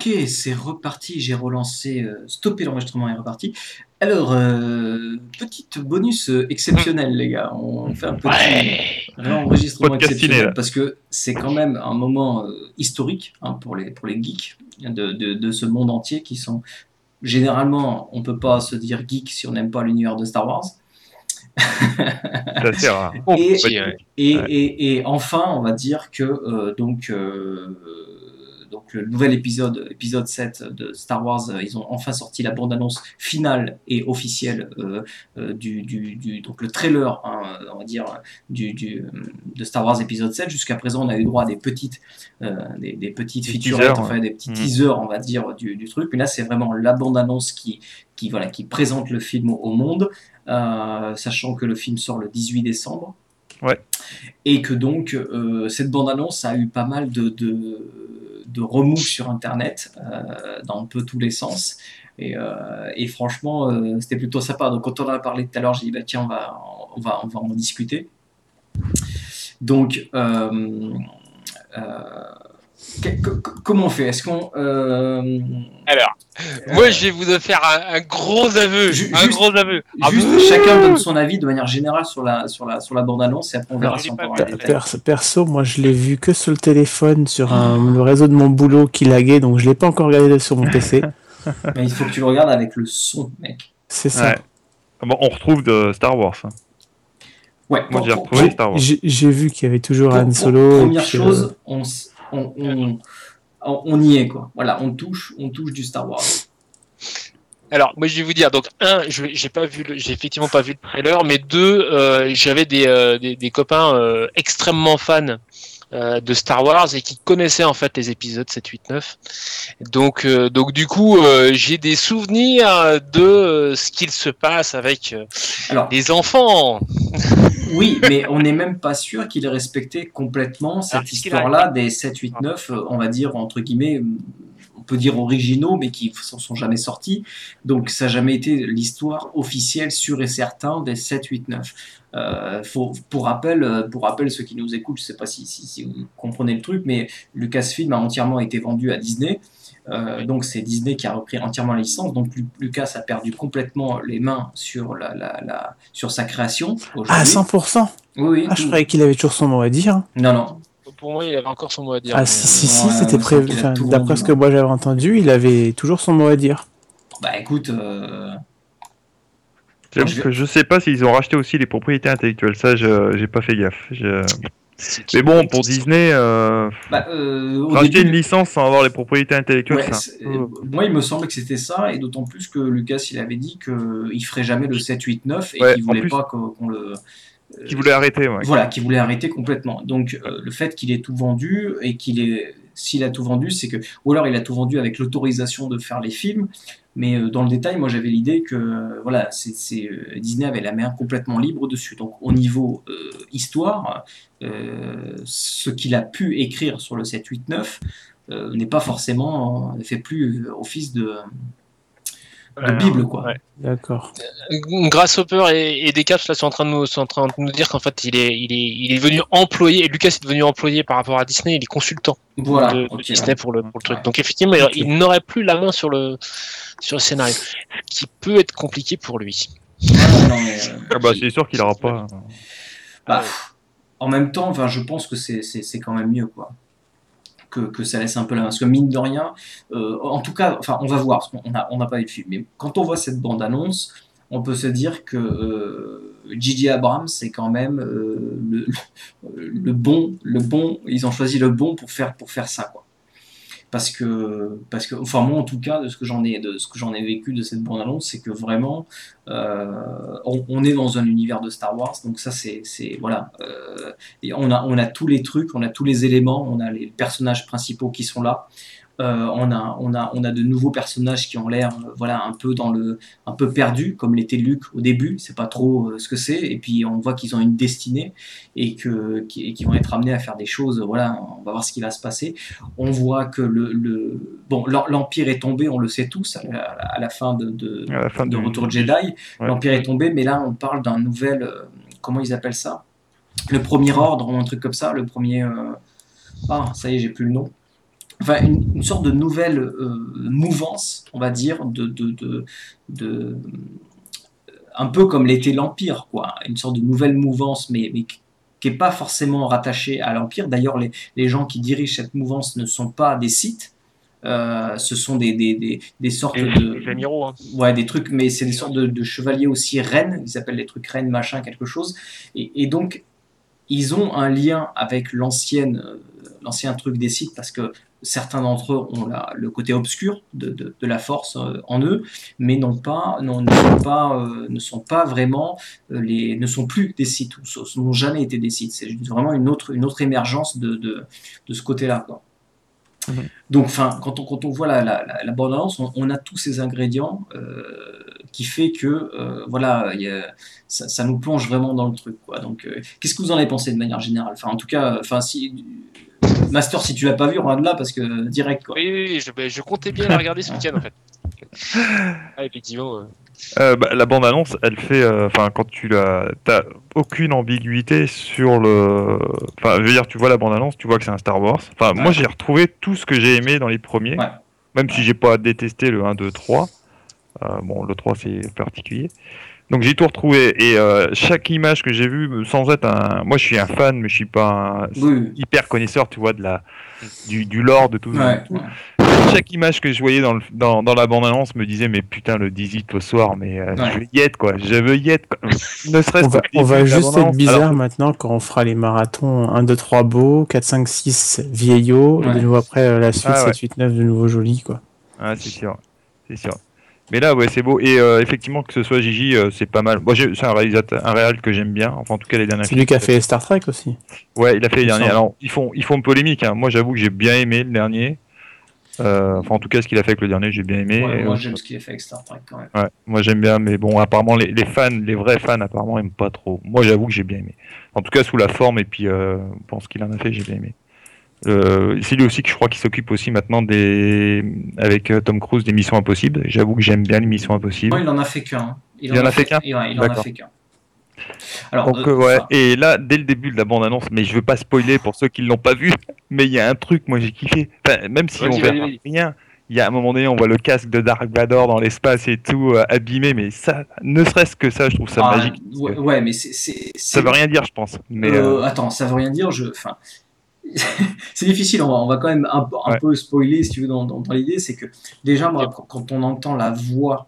Ok, c'est reparti. J'ai relancé, stoppé l'enregistrement et reparti. Alors, petite bonus exceptionnel, les gars. On fait un petit Ouais. réenregistrement Podcastiné, exceptionnel là. parce que c'est quand même un moment historique hein, pour les geeks de ce monde entier qui sont généralement, on peut pas se dire geek si on n'aime pas l'univers de Star Wars. C'est assez rare. Oh, Et, petit, ouais. Ouais. et enfin, on va dire que donc le nouvel épisode, épisode 7 de Star Wars, ils ont enfin sorti la bande-annonce finale et officielle donc le trailer, hein, on va dire, de Star Wars épisode 7. Jusqu'à présent, on a eu droit à des petites Des featurettes, teasers, enfin ouais. des petits Mm. teasers, on va dire, du truc. Mais là, c'est vraiment la bande-annonce qui présente le film au monde. Sachant que le film sort le 18 décembre Ouais. et que donc cette bande-annonce a eu pas mal de remous sur Internet dans un peu tous les sens. Et franchement, c'était plutôt sympa. Donc quand on en a parlé tout à l'heure, j'ai dit bah, tiens, on va en discuter. Donc, euh, comment on fait? Est-ce qu'on Alors, moi, je vais vous faire un gros aveu. Un juste, gros aveu. Ah, chacun donne son avis de manière générale sur la bande-annonce et après on verra je l'ai si on pas peut avoir vu. un détail. Perso, moi je l'ai vu que sur le téléphone, sur le réseau de mon boulot qui laguait, donc je l'ai pas encore regardé sur mon PC. Mais il faut que tu le regardes avec le son, mec. C'est ça. Ouais. Bon, on retrouve de Star Wars. Hein. Ouais, Moi, j'ai retrouvé Star Wars. J'ai vu qu'il y avait toujours Han Solo. Première et puis, chose, on y est, quoi. Voilà, on touche du Star Wars. Alors, moi, je vais vous dire. Donc, j'ai effectivement pas vu le trailer, mais deux, j'avais des copains extrêmement fans de Star Wars et qui connaissaient en fait les épisodes 7, 8, 9. Donc du coup, j'ai des souvenirs de ce qu'il se passe avec Alors, les enfants. oui, mais on n'est même pas sûr qu'il ait respecté complètement cette est-ce qu'il a histoire-là des 7, 8, 9, on va dire, entre guillemets, on peut dire originaux, mais qui ne sont jamais sortis. Donc, ça n'a jamais été l'histoire officielle, sûre et certain, des 7, 8, 9. Pour rappel, ceux qui nous écoutent, je ne sais pas si vous comprenez le truc, mais Lucasfilm a entièrement été vendu à Disney. Donc c'est Disney qui a repris entièrement la licence. Donc Lucas a perdu complètement les mains sur sa création aujourd'hui. Ah, 100%. Oui, je croyais qu'il avait toujours son mot à dire. Non. Pour moi, il avait encore son mot à dire. Ah, si, c'était prévu. Enfin, d'après ce que moi j'avais entendu, il avait toujours son mot à dire. Bah écoute. J'avoue que je sais pas s'ils ont racheté aussi les propriétés intellectuelles. Ça, j'ai pas fait gaffe. Mais bon, pour Disney, racheter une licence sans avoir les propriétés intellectuelles, moi, il me semblait que c'était ça, et d'autant plus que Lucas, il avait dit qu'il ferait jamais le 7, 8, 9 et qu'il voulait pas qu'on le. Qui voulait arrêter, ouais. Voilà, qui voulait arrêter complètement. Donc, le fait qu'il ait tout vendu et s'il a tout vendu, c'est que, ou alors il a tout vendu avec l'autorisation de faire les films. Mais dans le détail, moi j'avais l'idée que voilà, Disney avait la main complètement libre dessus. Donc au niveau histoire, ce qu'il a pu écrire sur le 7, 8, 9 n'est pas forcément, ne fait plus office de Bible, quoi. Ouais. D'accord. Grasshopper et Decaps là sont en train de nous dire qu'en fait il est devenu employé, et Lucas est devenu employé par rapport à Disney, il est consultant de Disney pour le truc. Ouais. Donc effectivement, il n'aurait plus la main sur le scénario, ce qui peut être compliqué pour lui. C'est sûr qu'il n'aura pas. En même temps, enfin, je pense que c'est quand même mieux, quoi. Que ça laisse un peu la main. Parce que mine de rien, en tout cas, enfin, on va voir, parce qu'on n'a pas eu de film, mais quand on voit cette bande-annonce, on peut se dire que J.J. Abrams, c'est quand même le bon, ils ont choisi le bon pour faire ça, quoi. Parce que, enfin moi en tout cas, de ce que j'en ai vécu de cette bande-annonce, c'est que vraiment, on est dans un univers de Star Wars, donc ça c'est voilà, et on a tous les trucs, on a tous les éléments, on a les personnages principaux qui sont là. On a de nouveaux personnages qui ont l'air voilà, un peu perdus, comme l'était Luke au début, c'est pas trop ce que c'est, et puis on voit qu'ils ont une destinée et qu'ils vont être amenés à faire des choses, voilà, on va voir ce qui va se passer. On voit que l'Empire est tombé, on le sait tous, à la fin de Retour de Jedi, ouais. L'Empire est tombé, mais là on parle d'un nouvel, comment ils appellent ça, le premier ordre ou un truc comme ça, le premier, ça y est, j'ai plus le nom. enfin une sorte de nouvelle mouvance, on va dire, un peu comme l'était l'Empire, quoi, une sorte de nouvelle mouvance, mais qui n'est pas forcément rattachée à l'Empire. D'ailleurs, les gens qui dirigent cette mouvance ne sont pas des Sith, ce sont des sortes de... amiraux, hein. Ouais, des trucs, mais c'est des sortes de chevaliers aussi reines, ils s'appellent les trucs reines, machin, quelque chose. Et donc, ils ont un lien avec l'ancien truc des Sith parce que certains d'entre eux ont le côté obscur de la force en eux, mais ne sont pas vraiment ne sont plus des Sith ou n'ont jamais été des Sith. C'est vraiment une autre émergence de ce côté-là, quoi. Donc, quand on voit la bande-annonce, on a tous ces ingrédients qui fait que voilà, ça nous plonge vraiment dans le truc, quoi. Donc, qu'est-ce que vous en avez pensé de manière générale? En tout cas, si Master, si tu l'as pas vu, regarde-là parce que direct, quoi. Oui, je comptais bien la regarder ce week-end en fait. Effectivement. La bande-annonce, elle fait, quand t'as aucune ambiguïté sur le, je veux dire, tu vois la bande-annonce, tu vois que c'est un Star Wars. Moi j'ai retrouvé tout ce que j'ai aimé dans les premiers, même si j'ai pas détesté le 1, 2, 3. Bon, le 3 c'est particulier. Donc j'ai tout retrouvé et chaque image que j'ai vue, sans être moi je suis un fan, mais je suis pas hyper connaisseur, tu vois, du lore de tout. Chaque image que je voyais dans la bande-annonce me disait mais putain le 18 au soir, mais je veux y être, quoi, je veux y être, quoi. Ne serait-ce on va juste être bizarre maintenant quand on fera les marathons 1, 2, 3 beaux, 4, 5, 6 vieillots, et de nouveau après la suite 7, 8, 9 de nouveau joli, quoi. Ah c'est sûr. Mais là, ouais, c'est beau. Et effectivement, que ce soit Gigi, c'est pas mal. Moi, c'est un réal que j'aime bien. Enfin, en tout cas, les derniers. C'est lui qui a fait Star Trek aussi. Ouais, il a fait les derniers. Alors, ils font une polémique, hein. Moi, j'avoue que j'ai bien aimé le dernier. En tout cas, ce qu'il a fait avec le dernier, j'ai bien aimé. Ouais, moi, j'aime ce qu'il a fait avec Star Trek quand même. Ouais, moi, j'aime bien. Mais bon, apparemment, les fans, les vrais fans, apparemment, aiment pas trop. Moi, j'avoue que j'ai bien aimé. En tout cas, sous la forme et puis, pour ce qu'il en a fait, j'ai bien aimé. C'est lui aussi que je crois qu'il s'occupe aussi maintenant avec Tom Cruise des Missions Impossibles. J'avoue que j'aime bien les Missions Impossibles. Non, il en a fait qu'un. Il en a fait qu'un. Il en a fait qu'un. Alors, donc, et là, dès le début de la bande-annonce, mais je veux pas spoiler pour ceux qui l'ont pas vu, mais il y a un truc, moi j'ai kiffé. Même si on verra rien, il y a un moment donné, on voit le casque de Dark Vador dans l'espace et tout abîmé, mais ça, ne serait-ce que ça, je trouve ça magique. Ouais, mais ça veut rien dire, je pense. Mais attends, ça veut rien dire. C'est difficile, on va quand même un peu spoiler si tu veux dans l'idée, c'est que déjà moi quand on entend la voix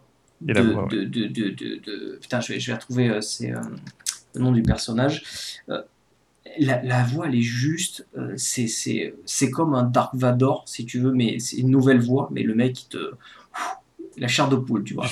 putain je vais retrouver le nom du personnage, la voix elle est juste, c'est comme un Dark Vador si tu veux, mais c'est une nouvelle voix, mais le mec la chair de poule, tu vois.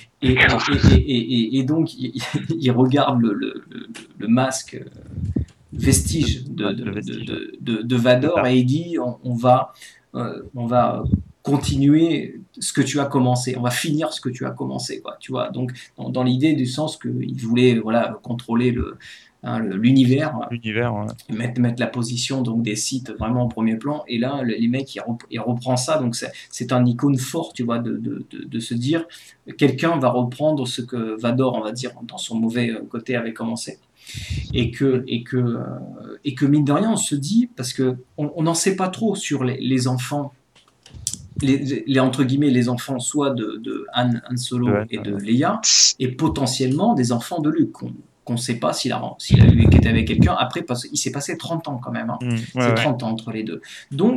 Et donc il regarde le masque vestige de Vador et il dit on va continuer ce que tu as commencé, on va finir ce que tu as commencé, quoi, tu vois. Donc dans l'idée du sens qu'il voulait contrôler l'univers, mettre la position donc des sites vraiment en premier plan, et là les mecs il reprend ça, donc c'est un icône fort, tu vois, de se dire quelqu'un va reprendre ce que Vador, on va dire, dans son mauvais côté avait commencé. Et que mine de rien on se dit, parce que on n'en sait pas trop sur les enfants, les entre guillemets les enfants soit de Han Solo et de Leia, et potentiellement des enfants de Luke qu'on ne sait pas s'il a eu été avec quelqu'un après, parce qu'il s'est passé 30 ans quand même, hein. C'est 30 ans entre les deux, donc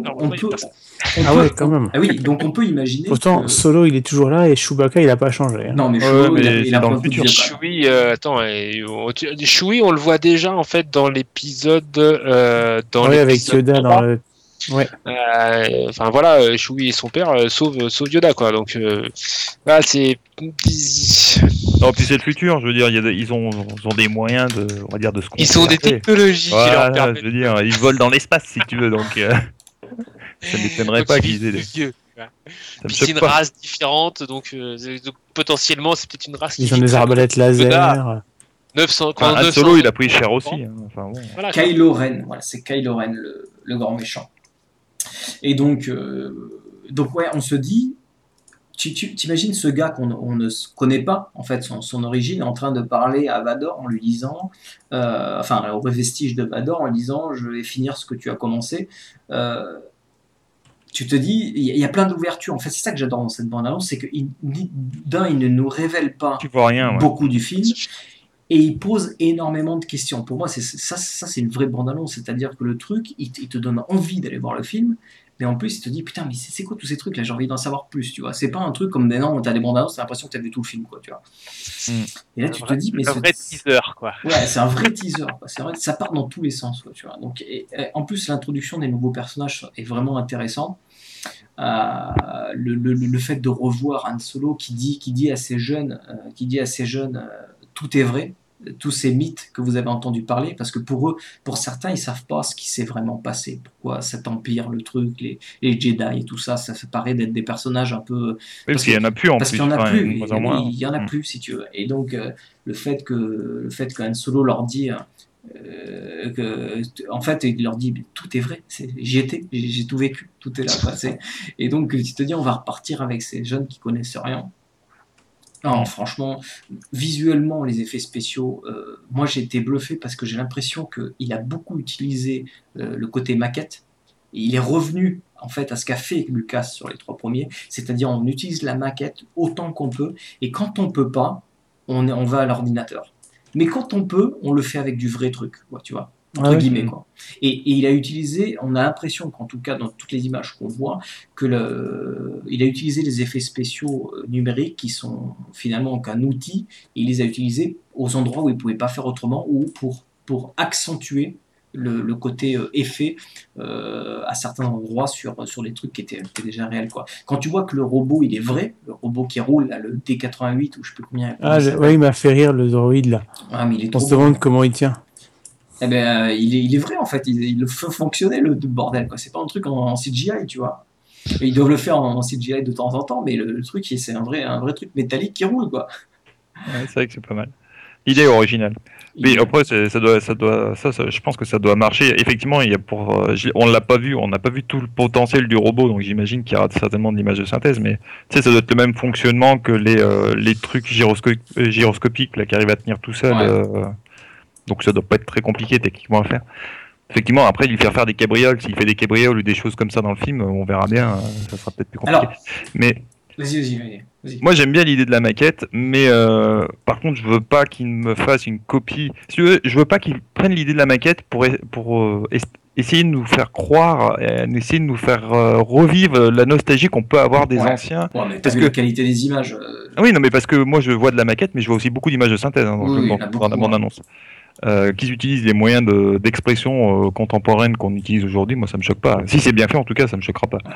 donc on peut imaginer. Pourtant Solo il est toujours là et Chewbacca il a pas changé, hein. Non mais Solo il a dans le futur. Chewie, Chewie on le voit déjà en fait dans l'épisode avec Yoda dans le... Enfin voilà, Chewie et son père sauvent Yoda, quoi. Donc là c'est. Non, puis c'est le futur. Je veux dire, ils ont des moyens on va dire de se. Ils ont des technologies qui leur permettent. Je veux dire, ils volent dans l'espace si tu veux, donc ça m'étonnerait pas qu'ils aient des. Puis c'est une race différente, donc potentiellement c'est peut-être une race. Ils ont des arbalètes laser. 900. Han Solo, il a pris cher aussi. Hein. Enfin, bon. Voilà, Kylo Ren, c'est Kylo Ren le grand méchant. Et donc ouais, on se dit, t'imagines ce gars qu'on ne connaît pas, en fait, son origine, en train de parler à Vador en lui disant, au vestige de Vador, en lui disant, je vais finir ce que tu as commencé. tu te dis, il y a plein d'ouvertures. En fait, c'est ça que j'adore dans cette bande-annonce, c'est qu'il il ne nous révèle pas Tu vois rien, ouais. beaucoup du film, et il pose énormément de questions. Pour moi, ça c'est une vraie bande-annonce, c'est-à-dire que le truc, il te donne envie d'aller voir le film, mais en plus, il te dit, putain, mais c'est quoi tous ces trucs là, j'ai envie d'en savoir plus, tu vois. C'est pas un truc comme maintenant, t'as des bandes-annonces, t'as l'impression que t'as vu tout le film, quoi, tu vois. Et là, tu te dis, mais c'est un vrai teaser, quoi. Ouais, c'est un vrai teaser, quoi. C'est vrai que ça part dans tous les sens, quoi, tu vois. Donc, en plus, l'introduction des nouveaux personnages est vraiment intéressante. Le fait de revoir Han Solo qui dit à ces jeunes, tout est vrai, tous ces mythes que vous avez entendu parler, parce que pour eux, pour certains, ils savent pas ce qui s'est vraiment passé, pourquoi cet empire, le truc, les Jedi et tout ça, ça paraît d'être des personnages un peu... Oui, parce qu'il y en a plus en parce plus. qu'il y en a plus, Il y en a plus si tu veux. Et donc le fait que Han Solo leur dit en fait, il leur dit tout est vrai, j'y étais, j'ai tout vécu, tout est là passé. Et donc tu te dis on va repartir avec ces jeunes qui connaissent rien. Non, franchement, visuellement, les effets spéciaux, moi j'ai été bluffé parce que j'ai l'impression qu'il a beaucoup utilisé le côté maquette. Et il est revenu en fait à ce qu'a fait Lucas sur les 3 premiers, c'est-à-dire on utilise la maquette autant qu'on peut, et quand on peut pas, on va à l'ordinateur. Mais quand on peut, on le fait avec du vrai truc, quoi, tu vois, entre guillemets, quoi. Et il a utilisé, on a l'impression qu'en tout cas dans toutes les images qu'on voit, il a utilisé les effets spéciaux numériques qui sont finalement qu'un outil, et il les a utilisés aux endroits où il ne pouvait pas faire autrement, ou pour accentuer le côté effet à certains endroits sur les trucs qui étaient déjà réels, quoi. Quand tu vois que le robot il est vrai, le robot qui roule là, le D88 ou je sais plus combien. Ouais, il m'a fait rire le droïde là. Ah, mais il est on se demande comment il tient. Eh ben, il est vrai en fait, il le fait fonctionner le bordel, quoi. C'est pas un truc en CGI, tu vois. Ils doivent le faire en CGI de temps en temps, mais le truc c'est un vrai truc métallique qui roule, quoi. Ouais, c'est vrai que c'est pas mal. L'idée est originale. Mais après, je pense que ça doit marcher. Effectivement, on l'a pas vu, on n'a pas vu tout le potentiel du robot, donc j'imagine qu'il y aura certainement de l'image de synthèse. Mais tu sais, ça doit être le même fonctionnement que les trucs gyroscopiques là, qui arrivent à tenir tout seul. Ouais. Donc ça doit pas être très compliqué techniquement à faire. Effectivement, après, lui faire des cabrioles, s'il fait des cabrioles ou des choses comme ça dans le film, on verra bien. Ça sera peut-être plus compliqué. Alors, mais vas-y. Moi, j'aime bien l'idée de la maquette, mais par contre, je veux pas qu'il me fasse une copie. Si tu veux, je veux pas qu'il prenne l'idée de la maquette pour essayer de nous faire croire, essayer de nous faire revivre la nostalgie qu'on peut avoir des anciens. Ouais, mais t'as vu la qualité des images. Oui, non, mais parce que moi, je vois de la maquette, mais je vois aussi beaucoup d'images de synthèse dans la bande-annonce. Qu'ils utilisent les moyens d'expression contemporaine qu'on utilise aujourd'hui, moi ça me choque pas. Si c'est bien fait, en tout cas, ça me choquera pas.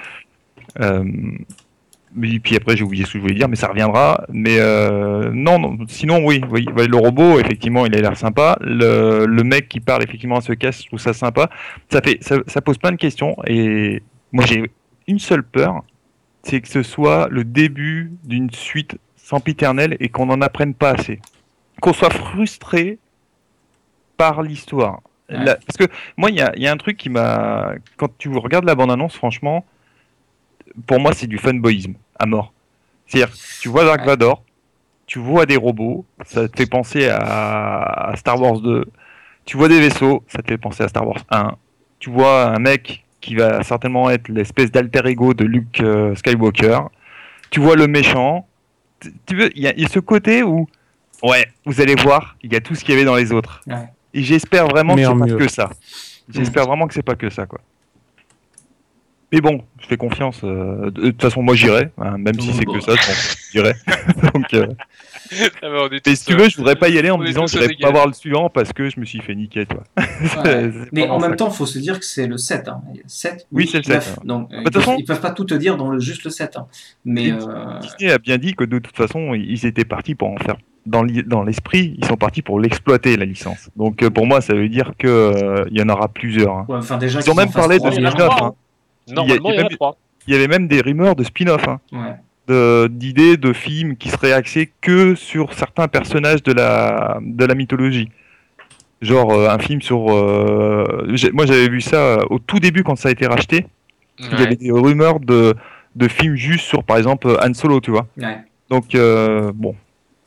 Puis après, j'ai oublié ce que je voulais dire, mais ça reviendra. Mais non, sinon, oui, le robot, effectivement, il a l'air sympa. Le mec qui parle, effectivement, à ce casque, je trouve ça sympa. Ça pose plein de questions. Et moi, j'ai une seule peur, c'est que ce soit le début d'une suite sempiternelle et qu'on n'en apprenne pas assez. Qu'on soit frustré par l'histoire. Ouais. Parce que moi, il y a un truc qui m'a... Quand tu regardes la bande-annonce, franchement, pour moi, c'est du fanboyisme à mort. C'est-à-dire, tu vois Dark Vador, tu vois des robots, ça te fait penser à Star Wars 2. Tu vois des vaisseaux, ça te fait penser à Star Wars 1. Tu vois un mec qui va certainement être l'espèce d'alter ego de Luke Skywalker. Tu vois le méchant. Il y a ce côté où, ouais, vous allez voir, il y a tout ce qu'il y avait dans les autres. Ouais. Et j'espère vraiment que c'est pas que ça. J'espère vraiment que c'est pas que ça, quoi. Mais bon, je fais confiance. De toute façon, moi j'irai, hein, même si c'est que ça, j'irai. Donc, mais si tu veux, je voudrais pas y aller en me disant que je voudrais pas voir le suivant parce que je me suis fait niquer, toi. Mais en même temps, il faut se dire que c'est le 7. Hein. 7 oui, c'est le 7. Donc, ils peuvent pas tout te dire dans juste le 7. Hein. Mais Disney a bien dit que de toute façon, ils étaient partis pour en faire. Dans l'esprit, ils sont partis pour l'exploiter, la licence. Donc pour moi, ça veut dire qu'il y en aura plusieurs. Hein. Ouais, déjà, ils ont même parlé de spin-off. Hein. Normalement, il y en a 3. Il y avait même des rumeurs de spin-off. Hein. Ouais. D'idées de films qui seraient axés que sur certains personnages de la mythologie. Genre un film sur... moi j'avais vu ça au tout début quand ça a été racheté. Ouais. Il y avait des rumeurs de films juste sur par exemple Han Solo, tu vois. Ouais. Donc bon,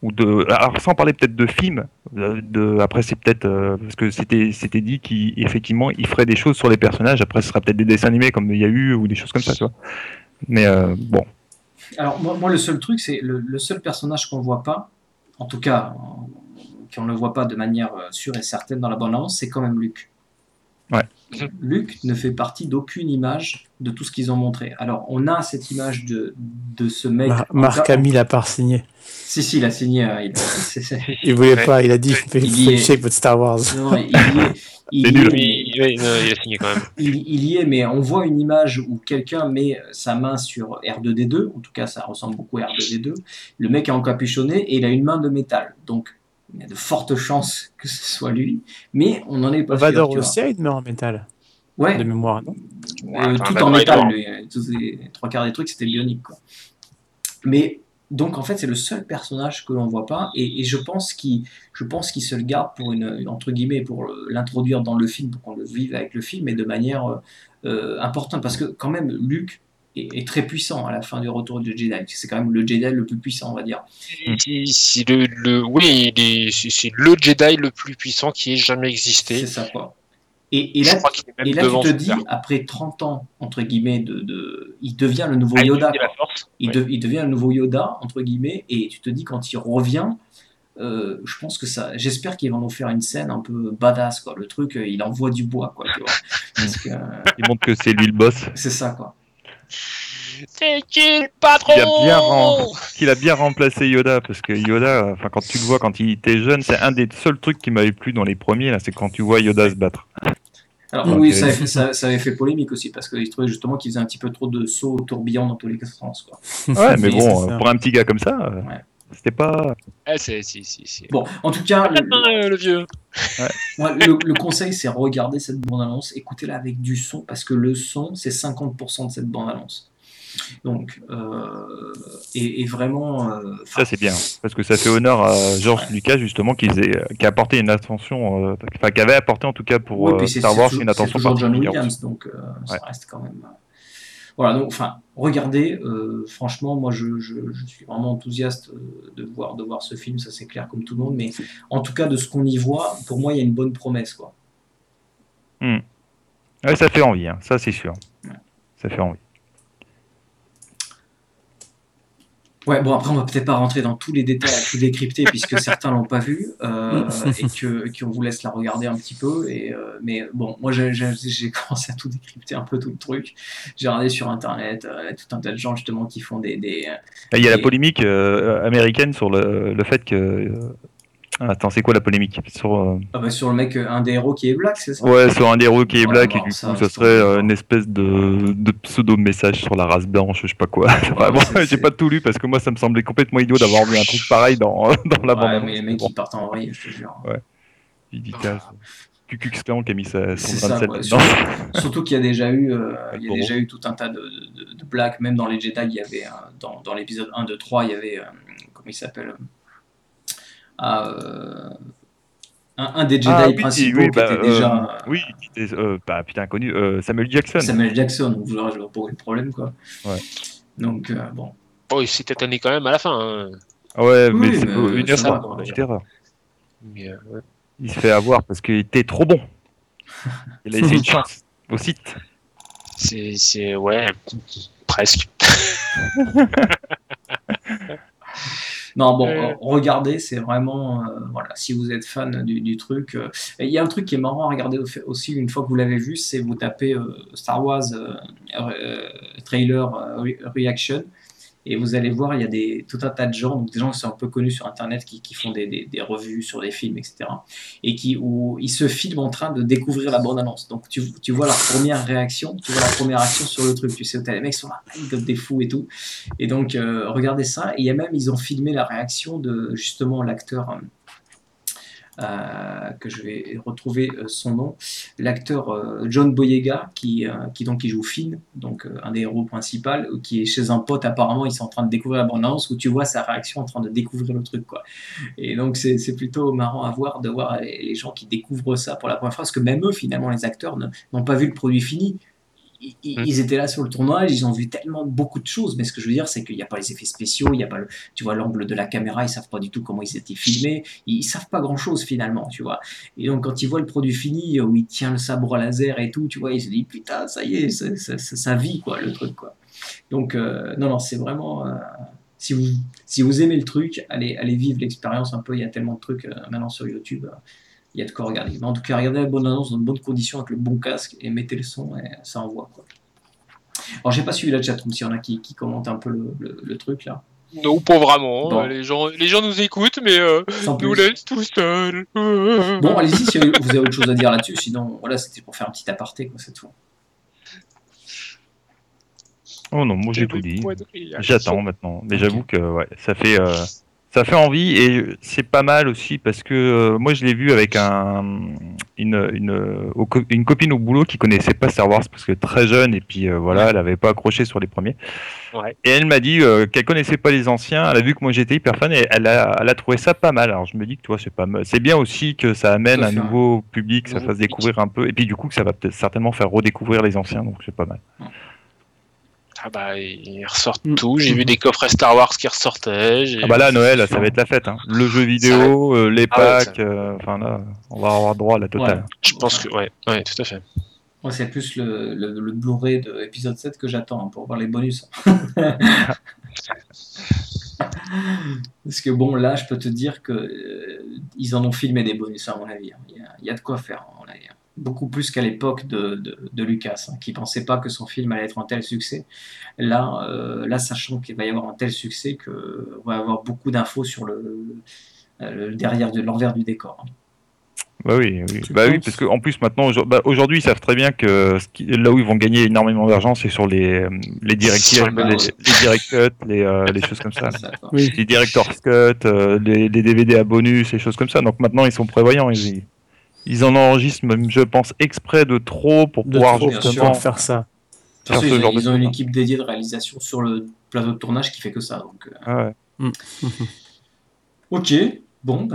alors sans parler peut-être de films, après c'est peut-être parce que c'était dit qu'effectivement il ferait des choses sur les personnages. Après ce sera peut-être des dessins animés comme il y a eu ou des choses comme ça, tu vois. Mais bon. Alors moi le seul truc, c'est le seul personnage qu'on voit pas, en tout cas qu'on ne voit pas de manière sûre et certaine dans la bande-annonce, c'est quand même Luke. Ouais. Luke ne fait partie d'aucune image de tout ce qu'ils ont montré. Alors, on a cette image de ce mec. Marc Hamill a pas signé. Si, il a signé. Il voulait pas, il a dit il faut votre Star Wars. Non, il a signé quand même. Il y est, mais on voit une image où quelqu'un met sa main sur R2D2, en tout cas ça ressemble beaucoup à R2D2. Le mec est encapuchonné et il a une main de métal. Donc, il y a de fortes chances que ce soit lui, mais on n'en est pas sûr. Vador aussi a une main en métal. Ouais. De mémoire, non tout en métal. Tous les 3/4 des trucs, c'était bionique, quoi. Mais donc, en fait, c'est le seul personnage que l'on voit pas, et je pense qu'il se le garde pour entre guillemets, pour l'introduire dans le film, pour qu'on le vive avec le film, et de manière importante, parce que quand même, Luke est très puissant à la fin du Retour du Jedi. C'est quand même le Jedi le plus puissant, on va dire. C'est le Jedi le plus puissant qui ait jamais existé. C'est ça, quoi. Et là, tu te dis, après 30 ans, entre guillemets, il devient le nouveau Yoda. Il devient le nouveau Yoda, entre guillemets, et tu te dis, quand il revient, je pense que ça. J'espère qu'ils vont nous faire une scène un peu badass, quoi. Le truc, il envoie du bois, quoi, tu vois. Parce que, il montre que c'est lui le boss. C'est ça, quoi. C'est qui le patron? Il a bien remplacé Yoda, parce que Yoda, quand tu le vois quand il était jeune, c'est un des seuls trucs qui m'avait plu dans les premiers, là, c'est quand tu vois Yoda se battre. Alors oui, ça avait fait polémique aussi, parce qu'il trouvait justement qu'il faisait un petit peu trop de sauts tourbillons dans tous les sens, quoi. Ouais, mais bon, pour un petit gars comme ça, c'était pas... Si. Bon, en tout cas... le vieux. Ouais, le conseil, c'est regarder cette bande-annonce, écoutez-la avec du son, parce que le son, c'est 50% de cette bande-annonce. Donc, et vraiment... ça, c'est bien, parce que ça fait honneur à George Lucas, justement, qui a apporté une attention, qui avait apporté en tout cas pour Star Wars une attention particulière. John Williams, donc ça reste quand même... Voilà, donc, regardez, franchement, moi, je suis vraiment enthousiaste de voir ce film, ça c'est clair comme tout le monde, mais en tout cas, de ce qu'on y voit, pour moi, il y a une bonne promesse, quoi. Ouais, ça fait envie, hein, ça c'est sûr. Ouais. Ça fait envie. Ouais, bon, après, on va peut-être pas rentrer dans tous les détails, tout décrypter, puisque certains l'ont pas vu, et qu'on vous laisse la regarder un petit peu. Mais bon, moi, j'ai commencé à tout décrypter un peu, tout le truc. J'ai regardé sur Internet, tout un tas de gens, justement, qui font des... Il y a la polémique américaine sur le fait que... Attends, c'est quoi la polémique sur le mec, un des héros qui est black, c'est ça? Ouais, sur un des héros qui est black, et du coup, ça serait une espèce de pseudo-message sur la race blanche, je sais pas quoi. J'ai pas tout lu, parce que moi, ça me semblait complètement idiot d'avoir vu un truc pareil dans la bande. Ouais, mais les mecs, ils partent en vrille, je te jure. Ouais. Il dit Ku Klux Klan qui a mis son grain de sel dedans. Surtout qu'il y a déjà eu, tout un tas de blacks, même dans les Jedi, il y avait, dans l'épisode 1, 2, 3, il y avait, comment il s'appelle un des Jedi principaux qui était déjà... putain, connu, Samuel Jackson. Samuel Jackson, donc je vois pas où est le problème, quoi. Ouais. Donc, bon. Oh, il s'est étonné quand même à la fin. Hein. Ouais, mais c'est une erreur. Il se fait avoir parce qu'il était trop bon. Il a laissé une chance au site. C'est ouais, presque. Non, bon, regardez, c'est vraiment... voilà, si vous êtes fan du truc... Il y a un truc qui est marrant à regarder aussi une fois que vous l'avez vu, c'est vous tapez Star Wars trailer reaction, et vous allez voir, il y a tout un tas de gens, donc des gens qui sont un peu connus sur Internet, qui font des revues sur des films, etc. Et où ils se filment en train de découvrir la bande-annonce. Donc tu vois leur première réaction, sur le truc. Tu sais, les mecs sont là, ils donnent des fous et tout. Et donc, regardez ça. Et il y a même, ils ont filmé la réaction de, justement, l'acteur... que je vais retrouver son nom, l'acteur John Boyega qui joue Finn, donc un des héros principaux, qui est chez un pote, apparemment ils sont en train de découvrir la bande-annonce, où tu vois sa réaction en train de découvrir le truc, quoi. Et donc c'est plutôt marrant de voir les gens qui découvrent ça pour la première fois, parce que même eux, finalement, les acteurs n'ont pas vu le produit fini. ils étaient là sur le tournoi, ils ont vu tellement beaucoup de choses, mais ce que je veux dire, c'est qu'il n'y a pas les effets spéciaux, il y a pas tu vois, l'angle de la caméra, ils savent pas du tout comment ils étaient filmés, ils savent pas grand chose finalement, tu vois. Et donc quand ils voient le produit fini, où il tient le sabre laser et tout, tu vois, ils se disent putain, ça y est, ça vit quoi, le truc quoi. Donc non, c'est vraiment. Si vous aimez le truc, allez vivre l'expérience un peu. Il y a tellement de trucs maintenant sur YouTube. Il y a de quoi regarder. Mais en tout cas, regardez la bonne annonce dans de bonnes conditions avec le bon casque et mettez le son et ça envoie. Quoi. Alors, j'ai pas suivi la chatroom s'il y en a qui commentent un peu le truc là. Non, pas vraiment. Bon. Les gens nous écoutent, mais nous laissent tout seuls. Bon, allez-y si vous avez autre chose à dire là-dessus. Sinon, voilà, c'était pour faire un petit aparté quoi, cette fois. Oh non, moi j'ai tout dit. J'attends maintenant. Mais j'avoue que ouais, ça fait envie et c'est pas mal aussi parce que moi je l'ai vu avec une copine au boulot qui connaissait pas Star Wars parce que très jeune et puis voilà, elle avait pas accroché sur les premiers. Ouais. Et elle m'a dit qu'elle connaissait pas les anciens, elle a vu que moi j'étais hyper fan et elle a trouvé ça pas mal. Alors je me dis que toi c'est pas mal. C'est bien aussi que ça amène un nouveau public, ça fasse découvrir un peu et puis du coup que ça va peut-être certainement faire redécouvrir les anciens, donc c'est pas mal. Ah bah ils ressortent tout, j'ai vu des coffrets Star Wars qui ressortaient. Ah bah là Noël ça va être la fête, hein. Le jeu vidéo, les packs, enfin là on va avoir droit à la totale. Ouais. Je pense que ouais, tout à fait. Moi c'est plus le Blu-ray de épisode 7 que j'attends pour voir les bonus. Parce que bon là je peux te dire que ils en ont filmé des bonus à mon avis. Il y a de quoi faire à mon avis. Beaucoup plus qu'à l'époque de Lucas, qui pensait pas que son film allait être un tel succès. Là, sachant qu'il va y avoir un tel succès qu'on va avoir beaucoup d'infos sur le derrière l'envers du décor. Bah oui, parce que en plus maintenant, aujourd'hui, ils savent très bien que là où ils vont gagner énormément d'argent, c'est sur les directives, les direct cuts, les choses comme ça. Les director's cut, les DVD à bonus, les choses comme ça. Donc maintenant, ils sont prévoyants. Ils en enregistrent même, je pense, exprès de trop pour pouvoir justement faire ça. Ils ont une équipe dédiée de réalisation sur le plateau de tournage qui fait que ça. Donc, ouais. Ok, bon,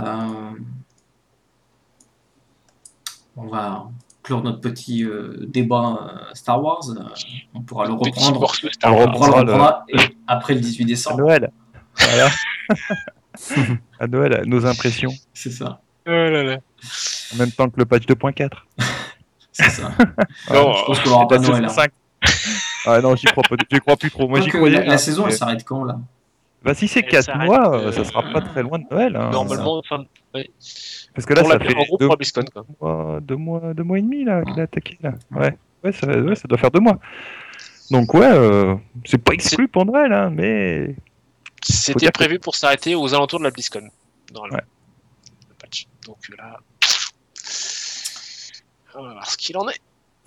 on va clore notre petit débat Star Wars. On pourra le reprendre. On reprendra après le 18 décembre. À Noël. Voilà. À Noël, nos impressions. C'est ça. Oh là là. En même temps que le patch 2.4. C'est ça. Non, je pense qu'on n'aura pas Noël. Ah non, j'y crois plus trop. Moi, j'y croyais. La saison, elle s'arrête quand là? Bah, si c'est 4 mois, ça sera pas très loin de Noël. Hein, normalement, ouais. Parce que là, ça fait 2 mois et demi là, qu'il a attaqué là. Ouais, ça doit faire 2 mois. Donc ouais, c'est pas exclu pour Noël, hein, mais c'était prévu pour s'arrêter aux alentours de la BlizzCon. Normalement. Le patch. Donc là, on va voir ce qu'il en est.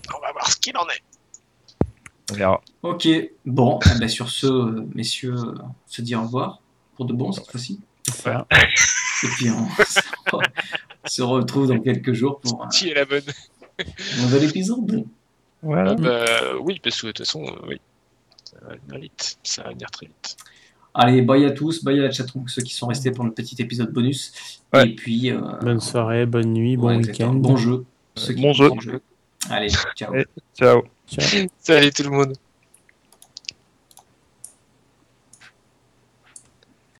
On verra. Ok, bon, sur ce, messieurs, se dit au revoir pour de bon cette fois-ci. Voilà. Et puis on se retrouve dans quelques jours pour Qui est la bonne nouvel épisode. Voilà. Oui, parce que de toute façon, oui, ça va venir vite, ça va venir très vite. Allez, bye à tous, bye à la chatroom, ceux qui sont restés pour le petit épisode bonus. Ouais. Et puis bonne soirée, bonne nuit, bon week-end. Bon jeu. Bon jeu. Allez, ciao. Ciao. Salut tout le monde.